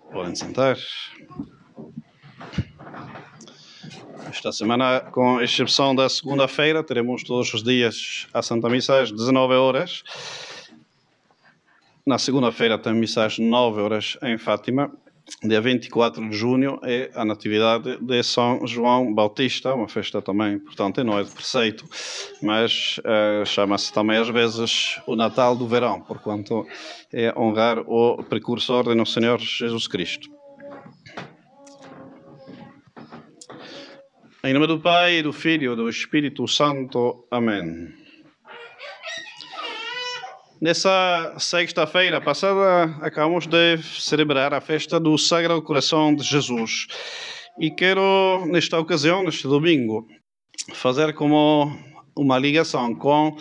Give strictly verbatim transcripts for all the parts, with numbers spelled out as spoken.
Podem sentar. Esta semana, com exceção da segunda-feira, teremos todos os dias a Santa Missa às dezenove horas. Na segunda-feira tem missa às nove horas em Fátima. Dia vinte e quatro de junho é a Natividade de São João Bautista, uma festa também importante, não é de preceito, mas uh, chama-se também às vezes o Natal do Verão, porquanto é honrar o precursor de Nosso Senhor Jesus Cristo. Em nome do Pai, do Filho e do Espírito Santo. Amém. Nessa sexta-feira passada, acabamos de celebrar a festa do Sagrado Coração de Jesus. E quero, nesta ocasião, neste domingo, fazer como uma ligação com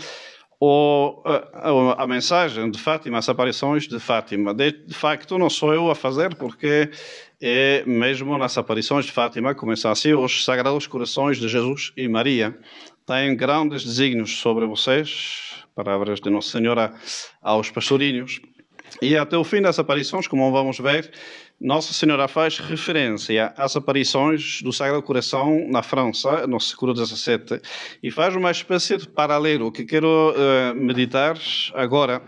o, a, a mensagem de Fátima, as aparições de Fátima. De, de facto, não sou eu a fazer, porque é mesmo nas aparições de Fátima, começam assim, os Sagrados Corações de Jesus e Maria têm grandes desígnios sobre vocês, palavras de Nossa Senhora aos pastorinhos. E até o fim das aparições, como vamos ver, Nossa Senhora faz referência às aparições do Sagrado Coração na França, no século dezassete, e faz uma espécie de paralelo que quero uh, meditar agora,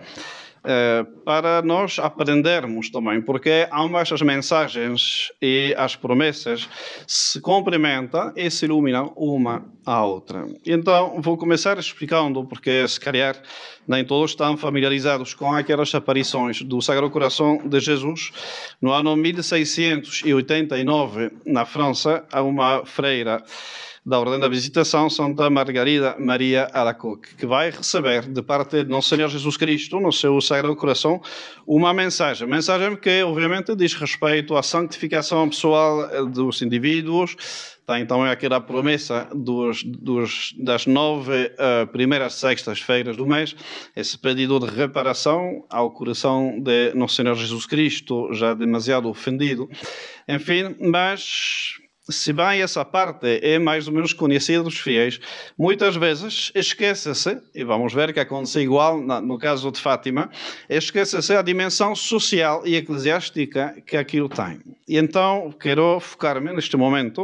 Uh, para nós aprendermos também, porque ambas as mensagens e as promessas se complementam e se iluminam uma à outra. Então, vou começar explicando, porque se calhar nem todos estão familiarizados com aquelas aparições do Sagrado Coração de Jesus. No ano mil seiscentos e oitenta e nove, na França, há uma freira da Ordem da Visitação, Santa Margarida Maria Alacoque, que vai receber de parte de Nosso Senhor Jesus Cristo, no seu Sagrado Coração, uma mensagem. Mensagem que, obviamente, diz respeito à santificação pessoal dos indivíduos. Tem também aquela promessa dos, dos, das nove uh, primeiras sextas-feiras do mês, esse pedido de reparação ao coração de Nosso Senhor Jesus Cristo, já demasiado ofendido. Enfim, mas se bem essa parte é mais ou menos conhecida dos fiéis, muitas vezes esquece-se, e vamos ver que acontece igual no caso de Fátima, esquece-se a dimensão social e eclesiástica que aquilo tem. E então quero focar-me neste momento,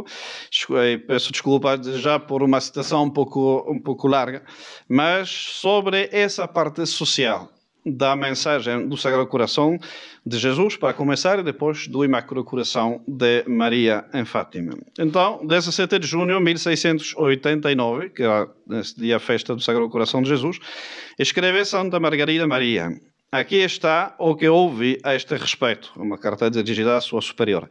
peço desculpa já por uma citação um pouco, um pouco larga, mas sobre essa parte social da mensagem do Sagrado Coração de Jesus, para começar, e depois do Imaculado Coração de Maria em Fátima. Então, dezessete de junho de mil seiscentos e oitenta e nove, que era nesse dia a festa do Sagrado Coração de Jesus, escreve Santa Margarida Maria: aqui está o que ouvi a este respeito, uma carta dirigida à sua superiora.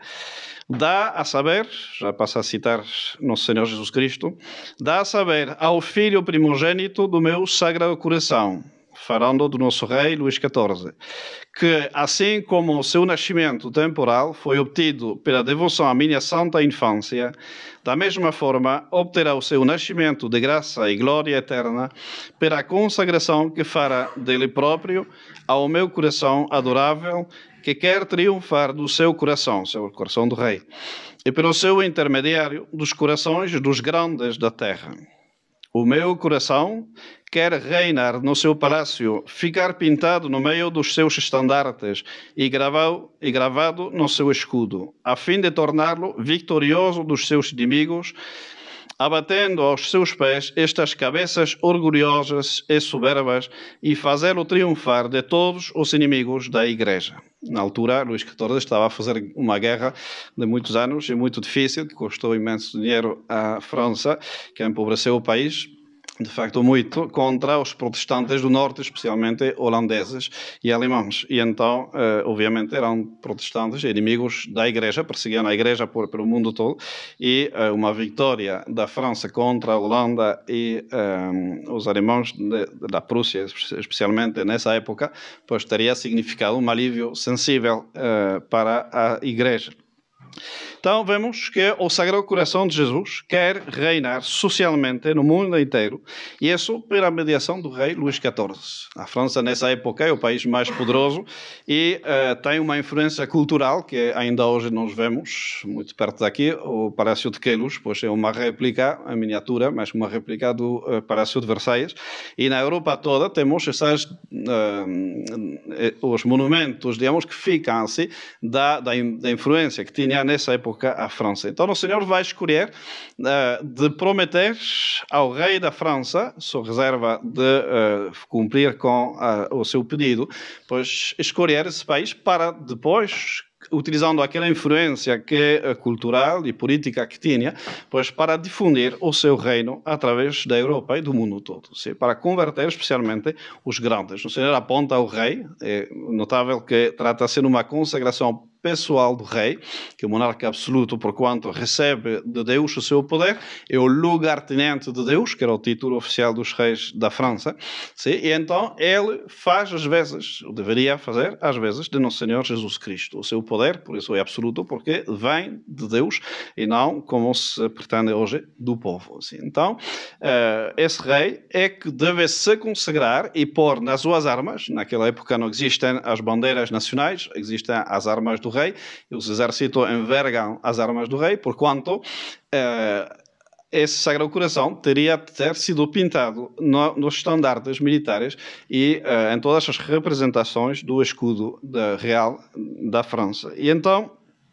Dá a saber, já passa a citar Nosso Senhor Jesus Cristo, dá a saber ao Filho primogênito do meu Sagrado Coração, falando do nosso rei Luís catorze, que assim como o seu nascimento temporal foi obtido pela devoção à minha santa infância, da mesma forma obterá o seu nascimento de graça e glória eterna pela consagração que fará dele próprio ao meu coração adorável, que quer triunfar do seu coração, seu coração do rei, e pelo seu intermediário dos corações dos grandes da terra. O meu coração quer reinar no seu palácio, ficar pintado no meio dos seus estandartes e gravado, e gravado no seu escudo, a fim de torná-lo vitorioso dos seus inimigos, abatendo aos seus pés estas cabeças orgulhosas e soberbas e fazê-lo triunfar de todos os inimigos da Igreja. Na altura, Luís catorze estava a fazer uma guerra de muitos anos e muito difícil, que custou imenso dinheiro à França, que empobreceu o país, de facto muito, contra os protestantes do norte, especialmente holandeses e alemães. E então, eh, obviamente, eram protestantes, inimigos da Igreja, perseguiam a Igreja por, pelo mundo todo, e eh, uma vitória da França contra a Holanda e eh, os alemães de, da Prússia, especialmente nessa época, pois teria significado um alívio sensível eh, para a Igreja. Então vemos que o Sagrado Coração de Jesus quer reinar socialmente no mundo inteiro, e isso pela mediação do rei Luís catorze. A França nessa época é o país mais poderoso e uh, tem uma influência cultural que ainda hoje nós vemos muito perto daqui. O Palácio de Queluz, pois é uma réplica, a miniatura, mas uma réplica do uh, Palácio de Versalhes, e na Europa toda temos essas, uh, os monumentos, digamos, que ficam assim da, da, da influência que tinha nessa época a França. Então o Senhor vai escolher uh, de prometer ao rei da França, sob reserva de uh, cumprir com uh, o seu pedido, pois escolher esse país para depois, utilizando aquela influência que é cultural e política que tinha, pois para difundir o seu reino através da Europa e do mundo todo, sim, para converter especialmente os grandes. O Senhor aponta ao rei, é notável que trata-se de uma consagração pessoal do rei, que é o monarca absoluto, porquanto recebe de Deus o seu poder, é o lugartenente de Deus, que era o título oficial dos reis da França, sim? E então ele faz às vezes, ou deveria fazer às vezes, de Nosso Senhor Jesus Cristo. O seu poder, por isso é absoluto, porque vem de Deus e não, como se pretende hoje, do povo. Assim. Então, uh, esse rei é que deve se consagrar e pôr nas suas armas, naquela época não existem as bandeiras nacionais, existem as armas do rei, e os exércitos envergam as armas do rei, porquanto uh, esse Sagrado Coração teria de ter sido pintado no, nos estandartes militares e uh, em todas as representações do escudo da, real da França. E então,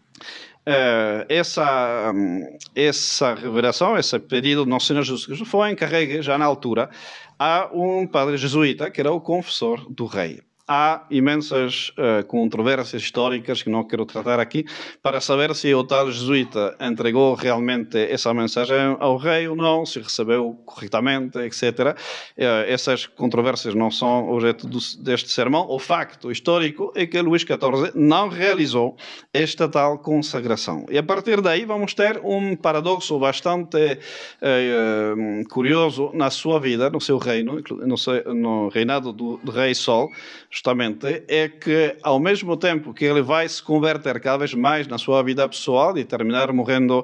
uh, essa, um, essa revelação, esse pedido do Nosso Senhor Jesus Cristo foi encarregue já na altura a um padre jesuíta, que era o confessor do rei. Há imensas uh, controvérsias históricas que não quero tratar aqui para saber se o tal jesuíta entregou realmente essa mensagem ao rei ou não, se recebeu corretamente, etcétera. Uh, essas controvérsias não são objeto do, deste sermão. O facto histórico é que Luís catorze não realizou esta tal consagração. E a partir daí vamos ter um paradoxo bastante uh, curioso na sua vida, no seu reino, no, seu, no reinado do, do rei Sol, justamente, é que ao mesmo tempo que ele vai se converter cada vez mais na sua vida pessoal e terminar morrendo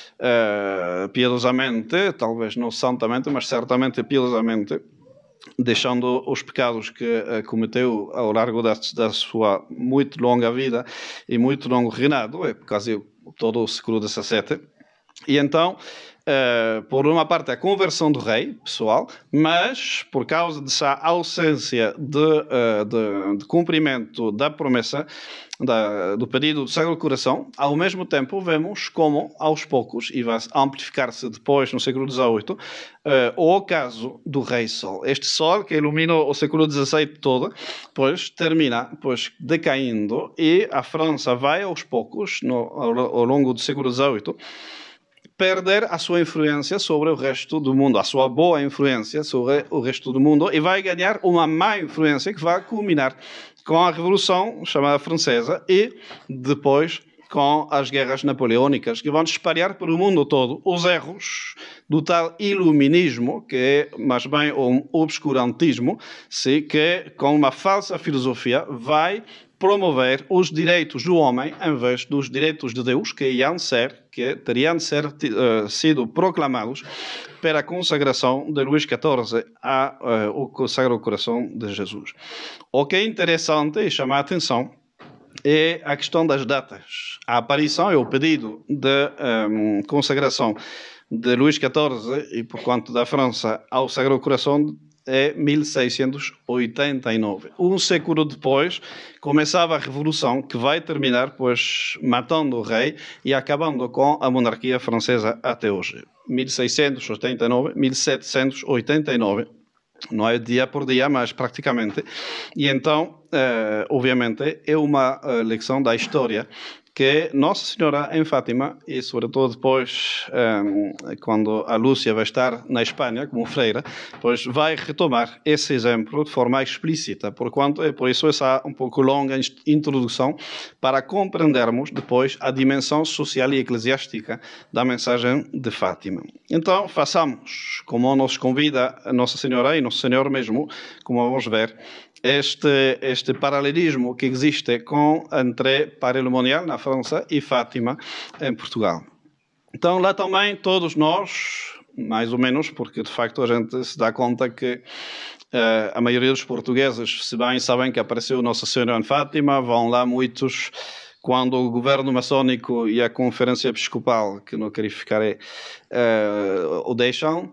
uh, piedosamente, talvez não santamente, mas certamente piedosamente, deixando os pecados que uh, cometeu ao largo da, da sua muito longa vida e muito longo reinado, é quase todo o século dezassete. E então, Uh, por uma parte, a conversão do rei, pessoal, mas por causa dessa ausência de, uh, de, de cumprimento da promessa, da, do pedido do Sagrado Coração, ao mesmo tempo vemos como, aos poucos, e vai amplificar-se depois no século dezoito, uh, o ocaso do rei Sol. Este Sol que iluminou o século dezassete todo, pois termina pois, decaindo, e a França vai aos poucos, no, ao, ao longo do século dezoito, perder a sua influência sobre o resto do mundo, a sua boa influência sobre o resto do mundo, e vai ganhar uma má influência que vai culminar com a Revolução chamada Francesa e depois com as guerras napoleônicas, que vão espalhar pelo mundo todo os erros do tal iluminismo, que é mais bem um obscurantismo, sim, que com uma falsa filosofia vai promover os direitos do homem em vez dos direitos de Deus, que iam ser, que teriam de ser uh, sido proclamados pela consagração de Luís catorze ao uh, Sagrado Coração de Jesus. O que é interessante e chama a atenção é a questão das datas. A aparição e o pedido de um, consagração de Luís catorze e, por quanto da França, ao Sagrado Coração é mil seiscentos e oitenta e nove. Um século depois, começava a Revolução, que vai terminar, pois, matando o rei e acabando com a monarquia francesa até hoje. mil seiscentos e oitenta e nove, mil setecentos e oitenta e nove. Não é dia por dia, mas praticamente. E então, eh, obviamente, é uma uh, lição da história que Nossa Senhora em Fátima, e sobretudo depois, um, quando a Lúcia vai estar na Espanha como freira, pois vai retomar esse exemplo de forma explícita, porquanto é por isso essa um pouco longa introdução para compreendermos depois a dimensão social e eclesiástica da mensagem de Fátima. Então, façamos como nos convida a Nossa Senhora e Nosso Senhor mesmo, como vamos ver, este, este paralelismo que existe com, entre Paris Le Monial, na França, e Fátima, em Portugal. Então, lá também, todos nós, mais ou menos, porque de facto a gente se dá conta que Uh, a maioria dos portugueses, se bem sabem que apareceu Nossa Senhora em Fátima, vão lá muitos quando o governo maçónico e a conferência episcopal, que não queria ficar aí, uh, o deixam,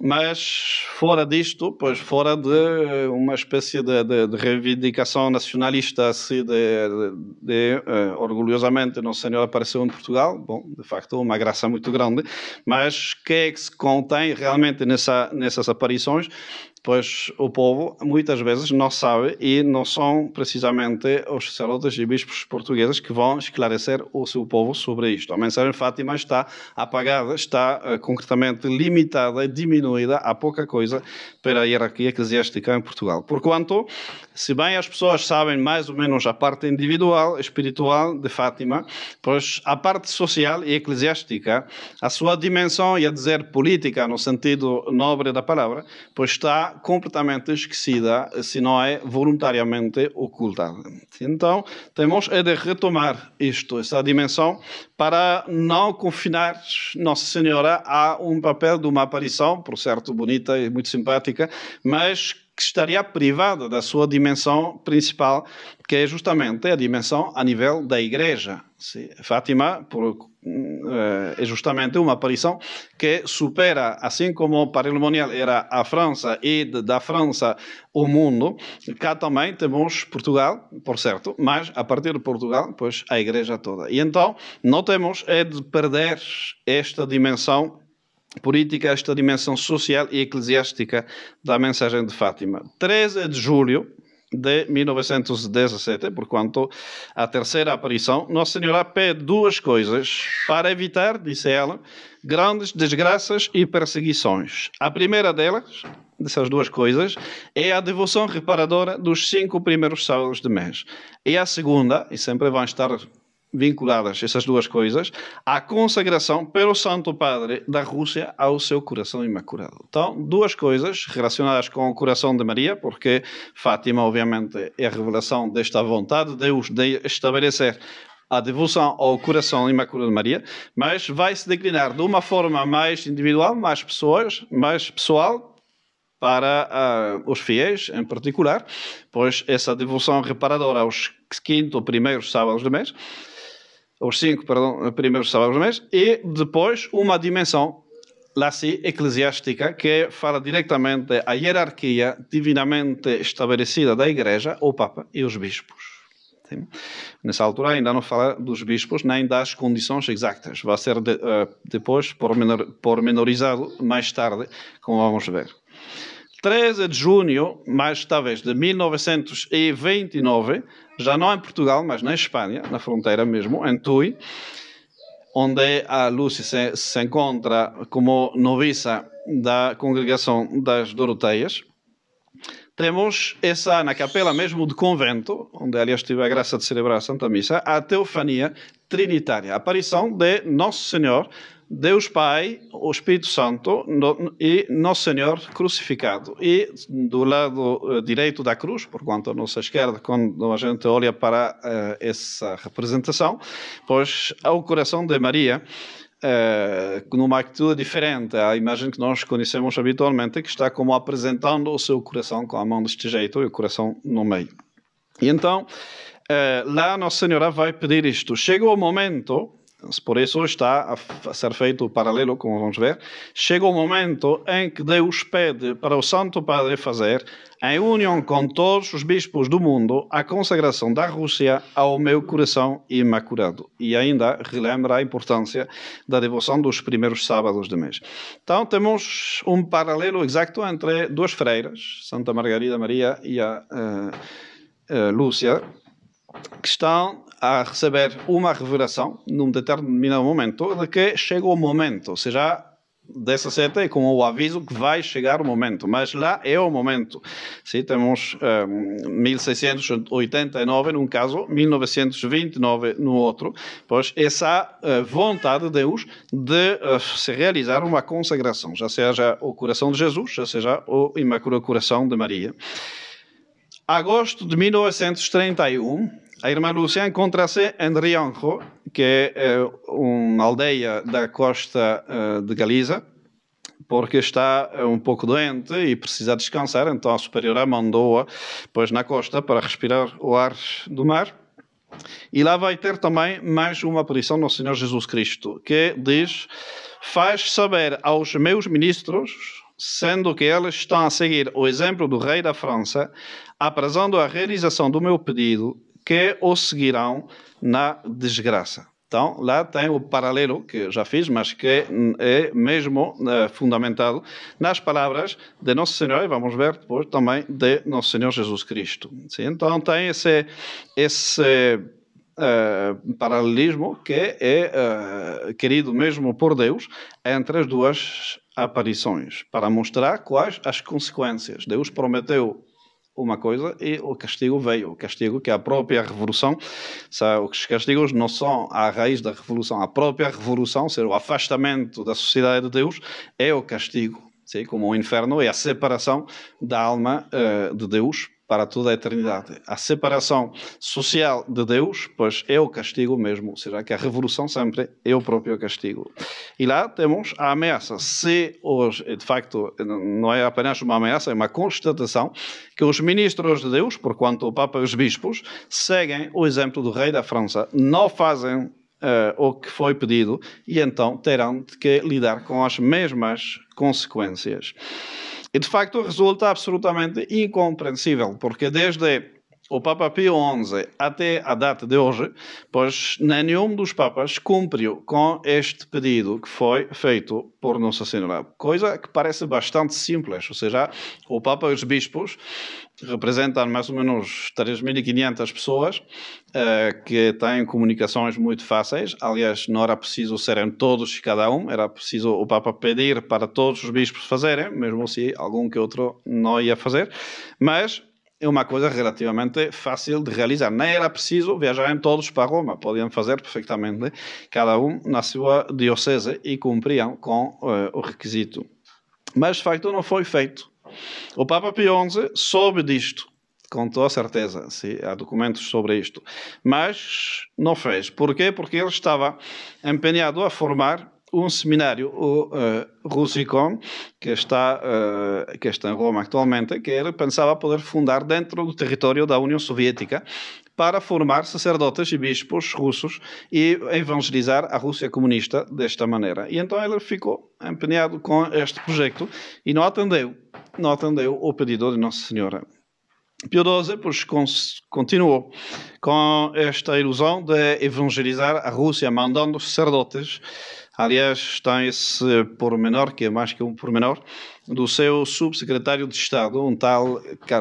mas fora disto, pois fora de uma espécie de, de, de reivindicação nacionalista, assim, de, de, de uh, orgulhosamente Nossa Senhora apareceu em Portugal, bom, de facto uma graça muito grande, mas o que é que se contém realmente nessa, nessas aparições? Pois o povo muitas vezes não sabe e não são precisamente os sacerdotes e bispos portugueses que vão esclarecer o seu povo sobre isto. A mensagem de Fátima está apagada, está uh, concretamente limitada e diminuída a pouca coisa para a hierarquia eclesiástica em Portugal. Porquanto, se bem as pessoas sabem mais ou menos a parte individual, espiritual de Fátima, pois a parte social e eclesiástica, a sua dimensão, ia dizer política no sentido nobre da palavra, pois está completamente esquecida, se não é voluntariamente ocultada. Então, temos é de retomar isto, essa dimensão, para não confinar Nossa Senhora a um papel de uma aparição, por certo bonita e muito simpática, mas que estaria privada da sua dimensão principal, que é justamente a dimensão a nível da Igreja. Sim, Fátima por, é justamente uma aparição que supera, assim como o Paris Le Monial era a França e de, da França o mundo, cá também temos Portugal, por certo, mas a partir de Portugal, pois a Igreja toda. E então não temos é de perder esta dimensão política, esta dimensão social e eclesiástica da mensagem de Fátima. treze de julho de mil novecentos e dezassete, porquanto a terceira aparição, Nossa Senhora pede duas coisas para evitar, disse ela, grandes desgraças e perseguições. A primeira delas, dessas duas coisas, é a devoção reparadora dos cinco primeiros sábados de mês. E a segunda, e sempre vão estar vinculadas essas duas coisas, a consagração pelo Santo Padre da Rússia ao seu coração imaculado. Então, duas coisas relacionadas com o coração de Maria, porque Fátima, obviamente, é a revelação desta vontade de Deus de estabelecer a devoção ao coração imaculado de Maria, mas vai se declinar de uma forma mais individual, mais pessoas, mais pessoal, para uh, os fiéis em particular, pois essa devoção reparadora aos quinto primeiros sábados do mês, os cinco, perdão, primeiros sábados do mês, e depois uma dimensão, lá sim, eclesiástica, que fala diretamente a hierarquia divinamente estabelecida da Igreja, o Papa e os bispos. Sim. Nessa altura ainda não fala dos bispos, nem das condições exatas. Vai ser de, uh, depois pormenor, pormenorizado mais tarde, como vamos ver. treze de junho, mais talvez, de mil novecentos e vinte e nove, já não em Portugal, mas na Espanha, na fronteira mesmo, em Tui, onde a Lúcia se, se encontra como noviça da congregação das Doroteias. Temos essa, na capela mesmo do convento, onde aliás tive a graça de celebrar a Santa Missa, a teofania trinitária, a aparição de Nosso Senhor, Deus Pai, o Espírito Santo e Nosso Senhor crucificado. E do lado direito da cruz, porquanto a nossa esquerda, quando a gente olha para uh, essa representação, pois ao coração de Maria, uh, numa atitude diferente à imagem que nós conhecemos habitualmente, que está como apresentando o seu coração com a mão deste jeito e o coração no meio. E então, uh, lá Nossa Senhora vai pedir isto. Chega o momento... Por isso está a ser feito o paralelo, como vamos ver. Chega o momento em que Deus pede para o Santo Padre fazer, em união com todos os bispos do mundo, a consagração da Rússia ao meu coração imaculado. E ainda relembra a importância da devoção dos primeiros sábados do mês. Então temos um paralelo exato entre duas freiras, Santa Margarida Maria e a uh, uh, Lúcia, que estão a receber uma revelação num determinado momento de que chega o momento, ou seja, dessa seta é como o aviso que vai chegar o momento, mas lá é o momento. Sim, temos um, mil seiscentos e oitenta e nove num caso, mil novecentos e vinte e nove no outro, pois essa uh, vontade de Deus de uh, se realizar uma consagração, já seja o coração de Jesus, já seja o Imaculado Coração de Maria. Agosto de mil novecentos e trinta e um, a irmã Lúcia encontra-se em Rianjo, que é uma aldeia da costa de Galiza, porque está um pouco doente e precisa descansar, então a superiora mandou-a pois na costa para respirar o ar do mar. E lá vai ter também mais uma aparição no Senhor Jesus Cristo, que diz: faz saber aos meus ministros, sendo que eles estão a seguir o exemplo do rei da França, apresando a realização do meu pedido, que o seguirão na desgraça. Então, lá tem o paralelo que já fiz, mas que é mesmo uh, fundamentado nas palavras de Nosso Senhor, e vamos ver depois também de Nosso Senhor Jesus Cristo. Sim, então, tem esse, esse uh, paralelismo que é uh, querido mesmo por Deus entre as duas aparições, para mostrar quais as consequências. Deus prometeu uma coisa e o castigo veio. O castigo que é a própria revolução. Os castigos não são a raiz da revolução. A própria revolução, ou seja, o afastamento da sociedade de Deus, é o castigo. Sim, como o inferno é a separação da alma uh, de Deus para toda a eternidade. A separação social de Deus, pois é o castigo mesmo. Ou seja, que a revolução sempre é o próprio castigo. E lá temos a ameaça. Se hoje, de facto, não é apenas uma ameaça, é uma constatação que os ministros de Deus, porquanto o Papa e os bispos, seguem o exemplo do rei da França, não fazem Uh, o que foi pedido, e então terão que lidar com as mesmas consequências. E de facto resulta absolutamente incompreensível, porque desde o Papa Pio onze até a data de hoje, pois nenhum dos papas cumpriu com este pedido que foi feito por Nossa Senhora. Coisa que parece bastante simples, ou seja, o Papa e os bispos representam mais ou menos três mil e quinhentas pessoas uh, que têm comunicações muito fáceis. Aliás, não era preciso serem todos e cada um, era preciso o Papa pedir para todos os bispos fazerem, mesmo se algum que outro não ia fazer. Mas é uma coisa relativamente fácil de realizar. Nem era preciso viajarem todos para Roma. Podiam fazer perfeitamente, cada um na sua diocese, e cumpriam com uh, o requisito. Mas, de facto, não foi feito. O Papa Pio onze soube disto, com toda certeza. Sim, há documentos sobre isto. Mas não fez. Porquê? Porque ele estava empenhado a formar um seminário, o uh, Russicon, que está, uh, que está em Roma atualmente, que ele pensava poder fundar dentro do território da União Soviética, para formar sacerdotes e bispos russos e evangelizar a Rússia comunista desta maneira. E então ele ficou empenhado com este projeto e não atendeu, não atendeu o pedido de Nossa Senhora. Pio doze, pois, continuou com esta ilusão de evangelizar a Rússia, mandando sacerdotes. Aliás, tem esse pormenor, que é mais que um pormenor, do seu subsecretário de Estado, um tal, uh,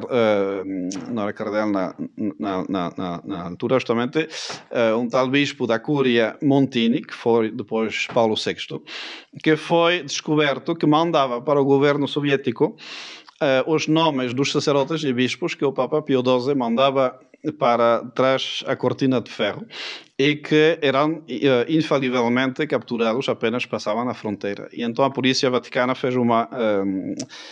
não era cardeal na, na, na, na altura, justamente, uh, um tal bispo da Cúria Montini, que foi depois Paulo sexto, que foi descoberto que mandava para o governo soviético uh, os nomes dos sacerdotes e bispos que o Papa Pio doze mandava para trás a cortina de ferro, e que eram uh, infalivelmente capturados apenas passavam na fronteira. E então a polícia vaticana fez uma, um,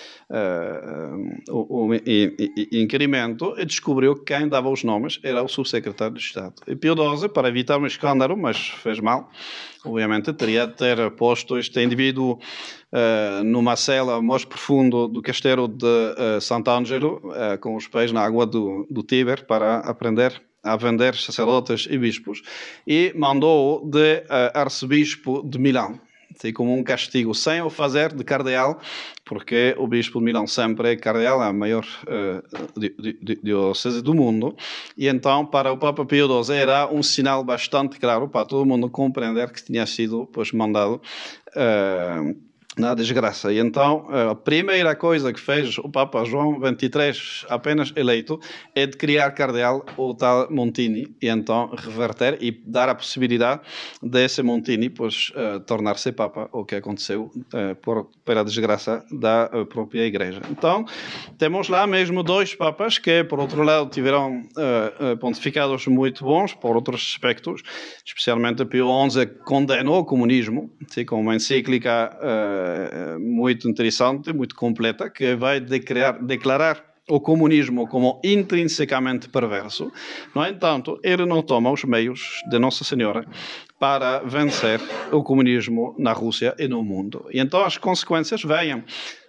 uh, um, um inquérito e descobriu que quem dava os nomes era o subsecretário de Estado. E Pio doze, para evitar um escândalo, mas fez mal, obviamente, teria de ter posto este indivíduo uh, numa cela mais profundo do castelo de uh, Sant'Angelo, uh, com os pés na água do, do Tíber, para aprender a vender sacerdotes e bispos, e mandou-o de uh, arcebispo de Milão, assim, como um castigo, sem o fazer de cardeal, porque o bispo de Milão sempre é cardeal, é a maior uh, di, di, diocese do mundo, e então para o Papa Pio doze era um sinal bastante claro para todo mundo compreender que tinha sido, pois, mandado uh, na desgraça. E então a primeira coisa que fez o Papa João vinte e três, apenas eleito, é de criar cardeal o tal Montini, e então reverter e dar a possibilidade desse Montini, pois, uh, tornar-se Papa, o que aconteceu uh, por, pela desgraça da uh, própria Igreja. Então temos lá mesmo dois papas que, por outro lado, tiveram uh, uh, pontificados muito bons por outros aspectos, especialmente Pio onze condenou o comunismo, assim, com uma encíclica uh, muito interessante, muito completa, que vai declarar, declarar o comunismo como intrinsecamente perverso. No entanto, ele não toma os meios de Nossa Senhora para vencer o comunismo na Rússia e no mundo. E então as consequências vêm.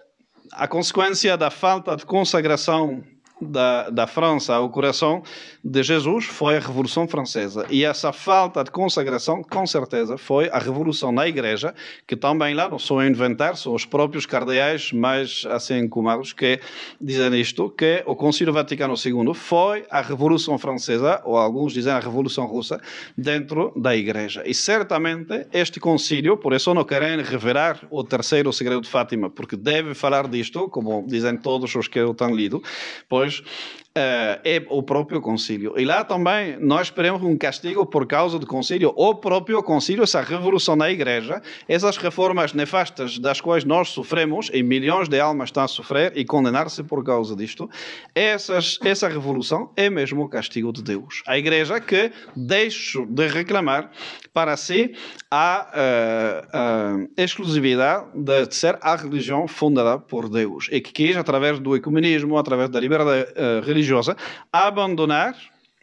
A consequência da falta de consagração da, da França ao coração de Jesus foi a Revolução Francesa. E essa falta de consagração, com certeza, foi a Revolução na Igreja, que também lá não são a inventar, são os próprios cardeais mais assim encumados que dizem isto, que o Concílio Vaticano segundo foi a Revolução Francesa, ou alguns dizem a Revolução Russa, dentro da Igreja. E certamente este concílio, por isso não querem revelar o terceiro segredo de Fátima, porque deve falar disto, como dizem todos os que eu tenho lido, pois Uh, é o próprio concílio. E lá também nós esperamos um castigo por causa do concílio. O próprio concílio, essa revolução na Igreja, essas reformas nefastas das quais nós sofremos, e milhões de almas estão a sofrer e condenar-se por causa disto, essas, essa revolução é mesmo o castigo de Deus. A Igreja que deixa de reclamar para si a, a, a exclusividade de ser a religião fundada por Deus e que quis, através do ecumenismo, através da liberdade uh, religiosa, abandonar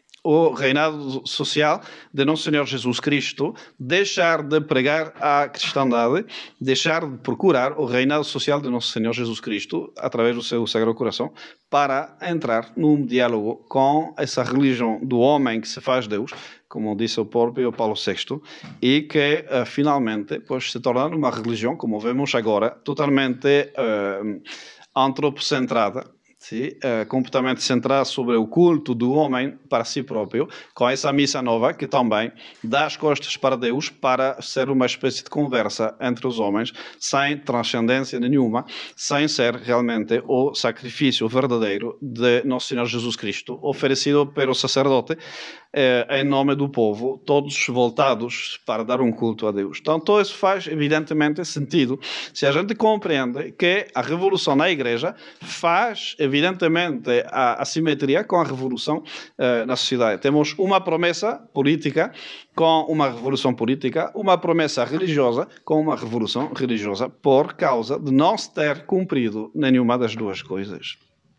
o reinado social de Nosso Senhor Jesus Cristo, deixar de pregar a cristandade, deixar de procurar o reinado social de Nosso Senhor Jesus Cristo, através do seu Sagrado Coração, para entrar num diálogo com essa religião do homem que se faz Deus, como disse o próprio Paulo sexto, e que uh, finalmente pois, se torna uma religião, como vemos agora, totalmente uh, antropocentrada, Sim, é, completamente centrado sobre o culto do homem para si próprio, com essa missa nova que também dá as costas para Deus para ser uma espécie de conversa entre os homens, sem transcendência nenhuma, sem ser realmente o sacrifício verdadeiro de Nosso Senhor Jesus Cristo, oferecido pelo sacerdote eh, em nome do povo, todos voltados para dar um culto a Deus. Então, todo isso faz evidentemente sentido se a gente compreende que a revolução na Igreja faz evidentemente a assimetria com a revolução uh, na sociedade. Temos uma promessa política com uma revolução política, uma promessa religiosa com uma revolução religiosa, por causa de não se ter cumprido nenhuma das duas coisas.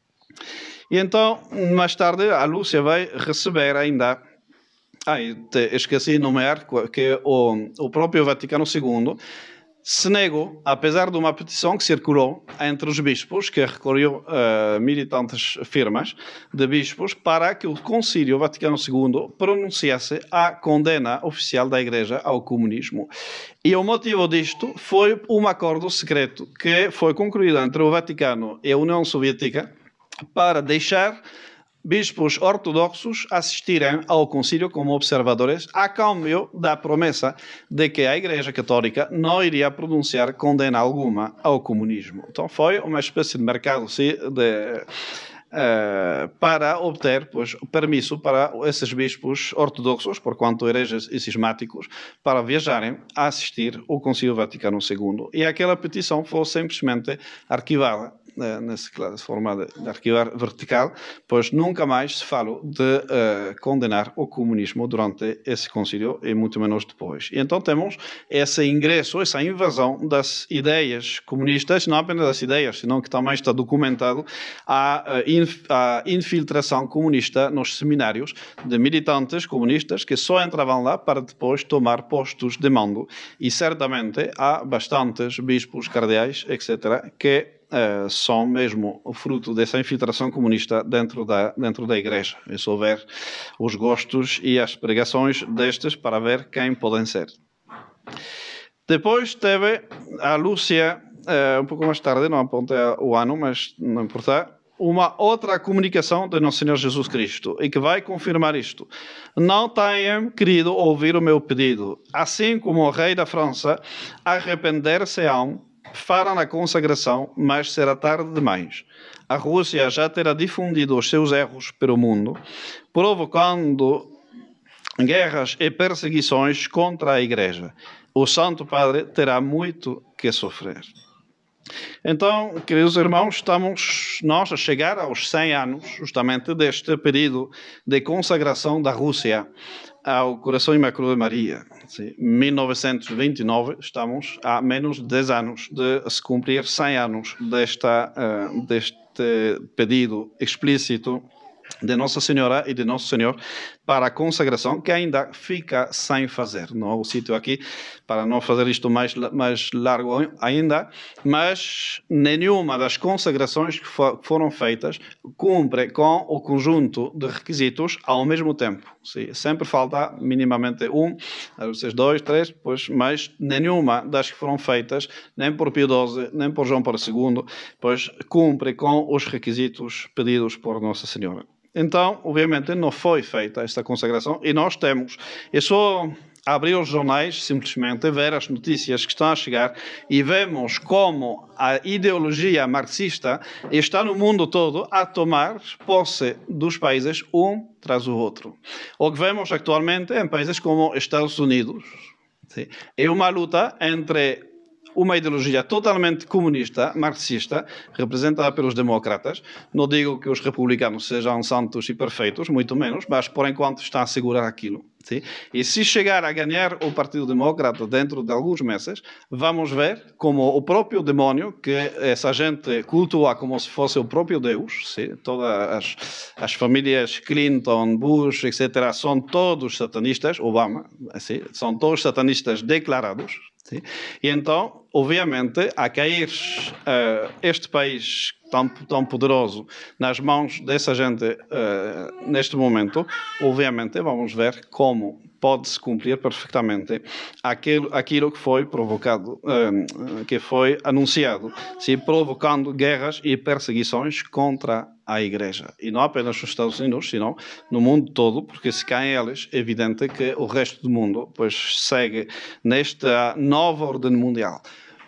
E então, mais tarde, a Lúcia vai receber ainda... Ah, esqueci de nomear que o, o próprio Vaticano segundo se negou, apesar de uma petição que circulou entre os bispos, que recolheu uh, militantes firmas de bispos, para que o Concílio Vaticano segundo pronunciasse a condena oficial da Igreja ao comunismo. E o motivo disto foi um acordo secreto que foi concluído entre o Vaticano e a União Soviética para deixar bispos ortodoxos assistirem ao concílio como observadores, a câmbio da promessa de que a Igreja Católica não iria pronunciar condena alguma ao comunismo. Então foi uma espécie de mercado sim, de, uh, para obter pois, permisso para esses bispos ortodoxos, porquanto hereges e cismáticos, para viajarem a assistir ao Concílio Vaticano segundo. E aquela petição foi simplesmente arquivada nessa forma de, de arquivar vertical, pois nunca mais se falou de uh, condenar o comunismo durante esse concílio e muito menos depois. E então temos esse ingresso, essa invasão das ideias comunistas, não apenas das ideias, senão que também está documentado a, a, inf, a infiltração comunista nos seminários de militantes comunistas que só entravam lá para depois tomar postos de mando. E certamente há bastantes bispos, cardeais, etcétera, que Uh, são mesmo o fruto dessa infiltração comunista dentro da, dentro da Igreja. É só ver os gostos e as pregações destes para ver quem podem ser. Depois teve a Lúcia, uh, um pouco mais tarde, não apontei o ano, mas não importa, uma outra comunicação de Nosso Senhor Jesus Cristo e que vai confirmar isto. Não tenham querido ouvir o meu pedido, assim como o rei da França arrepender-se-ão, farão a consagração, mas será tarde demais. A Rússia já terá difundido os seus erros pelo mundo, provocando guerras e perseguições contra a Igreja. O Santo Padre terá muito que sofrer. Então, queridos irmãos, estamos nós a chegar aos cem anos, justamente, deste período de consagração da Rússia ao Coração Imaculado de Maria. Sim, mil novecentos e vinte e nove, estamos há menos de dez anos de se cumprir cem anos desta, uh, deste, este pedido explícito de Nossa Senhora e de Nosso Senhor para a consagração, que ainda fica sem fazer. Não há o sítio aqui para não fazer isto mais, mais largo ainda, mas nenhuma das consagrações que, for, que foram feitas cumpre com o conjunto de requisitos ao mesmo tempo. Sim, sempre falta minimamente um, às vezes dois, três, pois, mas nenhuma das que foram feitas, nem por Pio doze, nem por João Paulo segundo, pois cumpre com os requisitos pedidos por Nossa Senhora. Então, obviamente, não foi feita esta consagração e nós temos. É só abrir os jornais, simplesmente ver as notícias que estão a chegar e vemos como a ideologia marxista está no mundo todo a tomar posse dos países um tras o outro. O que vemos atualmente em países como Estados Unidos, sim, é uma luta entre uma ideologia totalmente comunista, marxista, representada pelos democratas. Não digo que os republicanos sejam santos e perfeitos, muito menos, mas por enquanto está a segurar aquilo. Sim? E se chegar a ganhar o Partido Democrata dentro de alguns meses, vamos ver como o próprio demónio, que essa gente cultua como se fosse o próprio Deus, sim? Todas as, as famílias Clinton, Bush, etcétera, são todos satanistas, Obama, assim, são todos satanistas declarados. Sim? E então, obviamente, a cair uh, este país tão, tão poderoso nas mãos dessa gente uh, neste momento, obviamente vamos ver como pode-se cumprir perfeitamente aquilo, aquilo que foi provocado, uh, que foi anunciado, sim, provocando guerras e perseguições contra a Igreja. E não apenas nos Estados Unidos, senão no mundo todo, porque se caem eles, é evidente que o resto do mundo pois, segue nesta nova ordem mundial.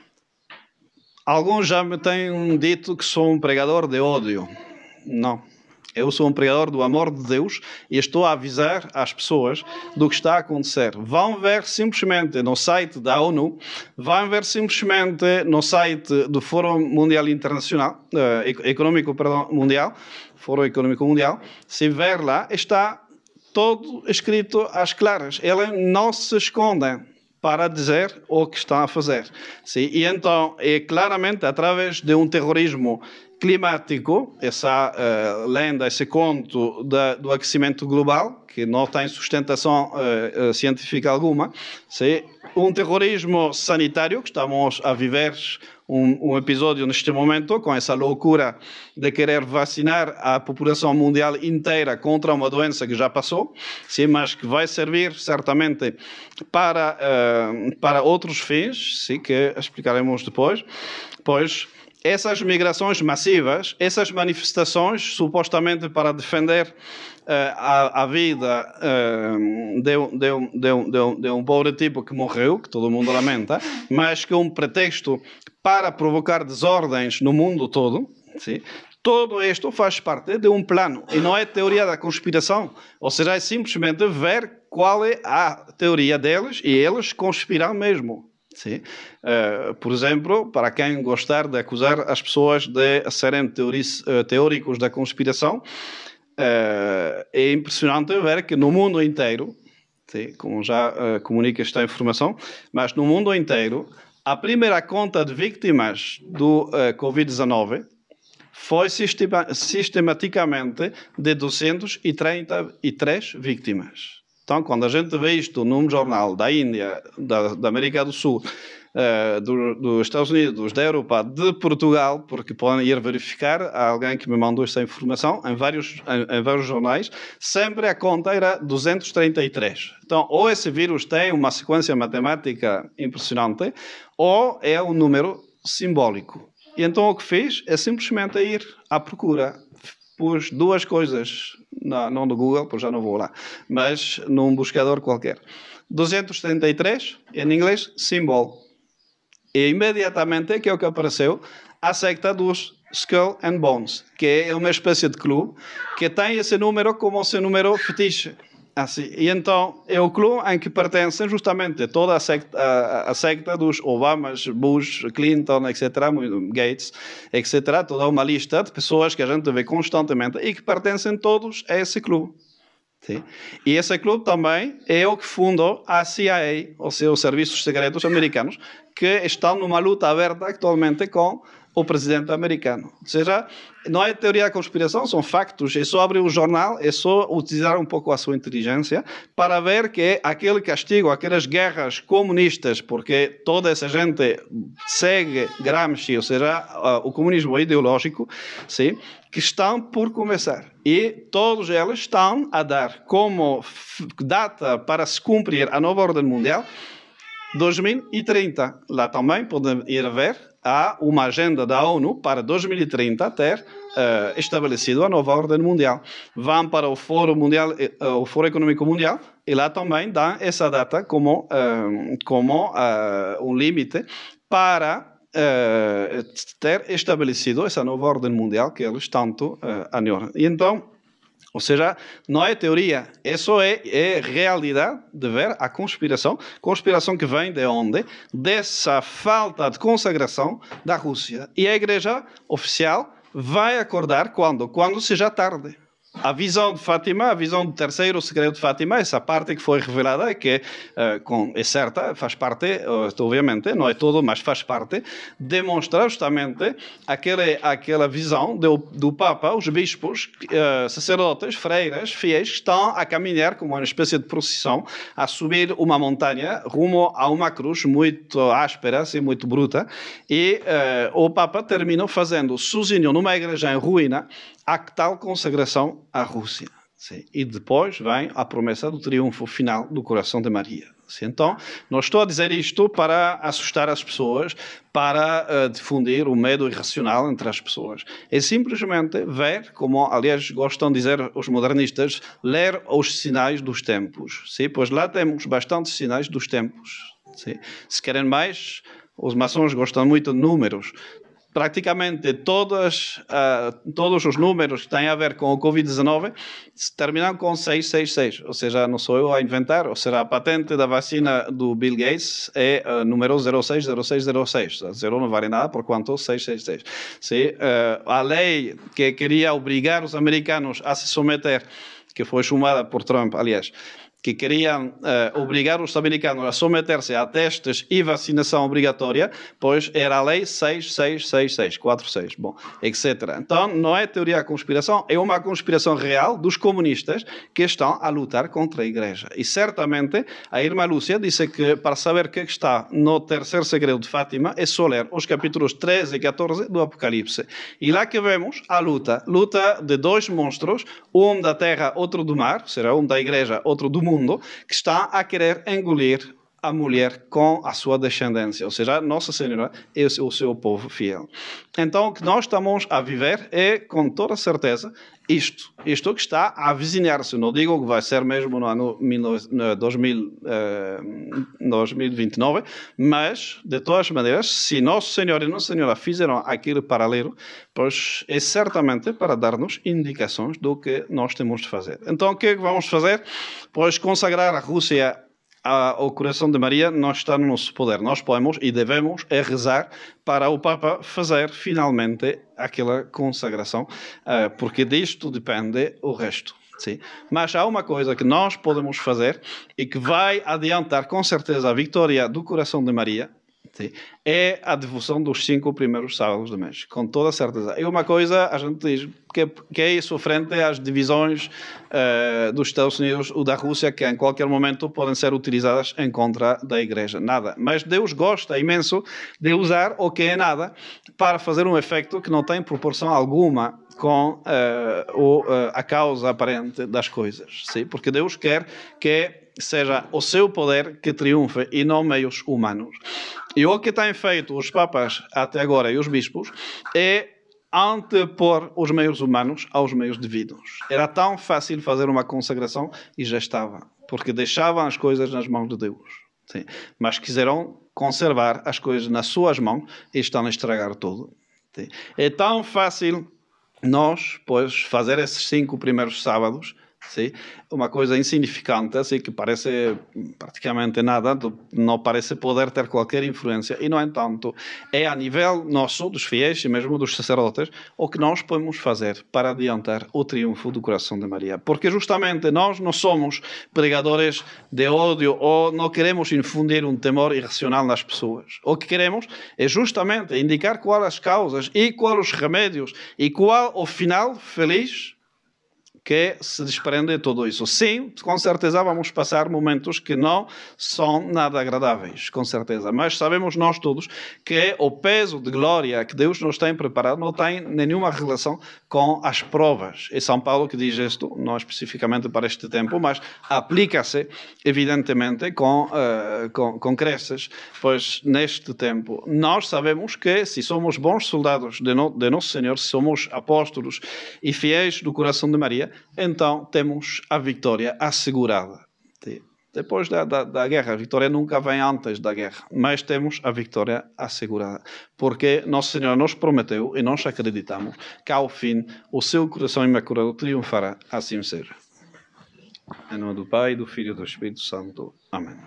Alguns já me têm dito que sou um pregador de ódio. Não. Eu sou um pregador do amor de Deus e estou a avisar as pessoas do que está a acontecer. Vão ver simplesmente no site da ONU, vão ver simplesmente no site do Fórum Mundial Internacional, uh, Econômico perdão, Mundial, Fórum Econômico Mundial, se ver lá, está todo escrito às claras. Eles não se escondem para dizer o que estão a fazer. Sim? E então, é claramente através de um terrorismo climático, essa uh, lenda, esse conto da, do aquecimento global, que não tem sustentação uh, uh, científica alguma, sim? Um terrorismo sanitário, que estamos a viver um, um episódio neste momento, com essa loucura de querer vacinar a população mundial inteira contra uma doença que já passou, sim, mas que vai servir certamente para, uh, para outros fins, sim, que explicaremos depois, pois essas migrações massivas, essas manifestações supostamente para defender uh, a, a vida uh, de, de, de, de, de um pobre tipo que morreu, que todo mundo lamenta, mas que é um pretexto para provocar desordens no mundo todo, sim? Todo isto faz parte de um plano e não é teoria da conspiração, ou seja, é simplesmente ver qual é a teoria deles e eles conspiram mesmo. Sim. Uh, por exemplo, para quem gostar de acusar as pessoas de serem teoris, uh, teóricos da conspiração, uh, é impressionante ver que no mundo inteiro, sim, como já uh, comunica esta informação, mas no mundo inteiro, a primeira conta de vítimas do uh, covid dezenove foi sistema, sistematicamente de duzentas e trinta e três vítimas. Então, quando a gente vê isto num jornal da Índia, da, da América do Sul, uh, do, dos Estados Unidos, da Europa, de Portugal, porque podem ir verificar, há alguém que me mandou esta informação, em vários, em, em vários jornais, sempre a conta era duzentas e trinta e três. Então, ou esse vírus tem uma sequência matemática impressionante, ou é um número simbólico. E então o que fiz é simplesmente ir à procura. Pus duas coisas, não, não no Google, porque já não vou lá, mas num buscador qualquer. duzentas e trinta e três, em inglês, symbol. E imediatamente, que é o que apareceu, a secta dos Skull and Bones, que é uma espécie de clube que tem esse número como seu número fetiche. Assim, e então é o clube em que pertencem justamente toda a secta, a, a secta dos Obamas, Bush, Clinton, etcétera, Gates, etcétera, toda uma lista de pessoas que a gente vê constantemente e que pertencem todos a esse clube. Sim? E esse clube também é o que fundou a C I A, ou seja, os serviços secretos americanos, que estão numa luta aberta atualmente com o presidente americano. Ou seja, não é teoria da conspiração, são factos. É só abrir o jornal, é só utilizar um pouco a sua inteligência para ver que aquele castigo, aquelas guerras comunistas, porque toda essa gente segue Gramsci, ou seja, o comunismo ideológico, sim, que estão por começar. E todos eles estão a dar como data para se cumprir a nova ordem mundial dois mil e trinta. Lá também podem ir ver, há uma agenda da ONU para dois mil e trinta ter uh, estabelecido a nova ordem mundial. Vão para o Fórum, mundial, uh, o Fórum Econômico Mundial e lá também dão essa data como, uh, como uh, um limite para uh, ter estabelecido essa nova ordem mundial que eles tanto uh, anelam. E então, ou seja, não é teoria, isso é, é realidade de ver a conspiração. Conspiração que vem de onde? Dessa falta de consagração da Rússia. E a Igreja oficial vai acordar quando? Quando seja tarde. A visão de Fátima, a visão do terceiro segredo de Fátima, essa parte que foi revelada, que uh, com, é certa, faz parte, uh, obviamente, não é todo, mas faz parte, demonstra justamente aquele, aquela visão do, do Papa, os bispos, uh, sacerdotes, freiras, fiéis, que estão a caminhar como uma espécie de procissão, a subir uma montanha rumo a uma cruz muito áspera, assim, muito bruta, e uh, o Papa terminou fazendo sozinho numa igreja em ruína a tal consagração à Rússia. Sim. E depois vem a promessa do triunfo final do coração de Maria. Sim. Então, não estou a dizer isto para assustar as pessoas, para uh, difundir o medo irracional entre as pessoas. É simplesmente ver, como, aliás, gostam de dizer os modernistas, ler os sinais dos tempos. Sim. Pois lá temos bastantes sinais dos tempos. Sim. Se querem mais, os maçons gostam muito de números. Praticamente todas, uh, todos os números que têm a ver com o covid dezenove terminam com seiscentos e sessenta e seis. Ou seja, não sou eu a inventar. Ou seja, a patente da vacina do Bill Gates é uh, número zero seis zero seis zero seis. Zero não vale nada, por quanto seiscentos e sessenta e seis. Sim, uh, a lei que queria obrigar os americanos a se submeter, que foi chamada por Trump, aliás, que queriam uh, obrigar os americanos a submeter-se a testes e vacinação obrigatória, pois era a lei seis seis seis seis, quatro seis, bom, etcétera. Então, não é teoria da conspiração, é uma conspiração real dos comunistas que estão a lutar contra a Igreja. E certamente a irmã Lúcia disse que para saber o que está no terceiro segredo de Fátima é só ler os capítulos treze e catorze do Apocalipse. E lá que vemos a luta, luta de dois monstros, um da terra, outro do mar, será um da Igreja, outro do mundo, que está a querer engolir a mulher com a sua descendência, ou seja, Nossa Senhora é o seu povo fiel. Então, o que nós estamos a viver é, com toda certeza, isto. Isto que está a avizinhar-se. Não digo que vai ser mesmo no ano dois mil e vinte e nove, mas, de todas as maneiras, se Nosso Senhor e Nossa Senhora fizeram aquilo paralelo, pois é certamente para dar-nos indicações do que nós temos de fazer. Então, o que é que vamos fazer? Pois consagrar a Rússia ao coração de Maria não está no nosso poder. Nós podemos e devemos é rezar para o Papa fazer finalmente aquela consagração, porque disto depende o resto. Sim. Mas há uma coisa que nós podemos fazer e que vai adiantar com certeza a vitória do coração de Maria. Sim. É a devoção dos cinco primeiros sábados do mês, com toda certeza. É uma coisa, a gente diz, que, que é isso frente às divisões uh, dos Estados Unidos ou da Rússia, que em qualquer momento podem ser utilizadas em contra da Igreja. Nada. Mas Deus gosta imenso de usar o que é nada para fazer um efeito que não tem proporção alguma com uh, o, uh, a causa aparente das coisas. Sim? Porque Deus quer que seja o seu poder que triunfe e não meios humanos. E o que têm feito os papas até agora e os bispos é antepor os meios humanos aos meios divinos. Era tão fácil fazer uma consagração e já estava, porque deixavam as coisas nas mãos de Deus. Sim. Mas quiseram conservar as coisas nas suas mãos e estão a estragar tudo. Sim. É tão fácil nós, pois, fazer esses cinco primeiros sábados Sim? Uma coisa insignificante, assim, que parece praticamente nada, não parece poder ter qualquer influência, e, no entanto, é a nível nosso, dos fiéis e mesmo dos sacerdotes, o que nós podemos fazer para adiantar o triunfo do coração de Maria. Porque justamente nós não somos pregadores de ódio ou não queremos infundir um temor irracional nas pessoas. O que queremos é justamente indicar quais as causas e quais os remédios e qual o final feliz que se desprende de tudo isso. Sim, com certeza vamos passar momentos que não são nada agradáveis, com certeza. Mas sabemos nós todos que o peso de glória que Deus nos tem preparado não tem nenhuma relação com as provas. É São Paulo que diz isto, não especificamente para este tempo, mas aplica-se, evidentemente, com, uh, com, com cresces, pois neste tempo nós sabemos que se somos bons soldados de, no, de Nosso Senhor, se somos apóstolos e fiéis do coração de Maria, então temos a vitória assegurada. Depois da, da, da guerra, a vitória nunca vem antes da guerra, mas temos a vitória assegurada, porque Nosso Senhor nos prometeu e nós acreditamos que ao fim o seu coração imaculado triunfará, assim seja. Em nome do Pai, do Filho e do Espírito Santo. Amém.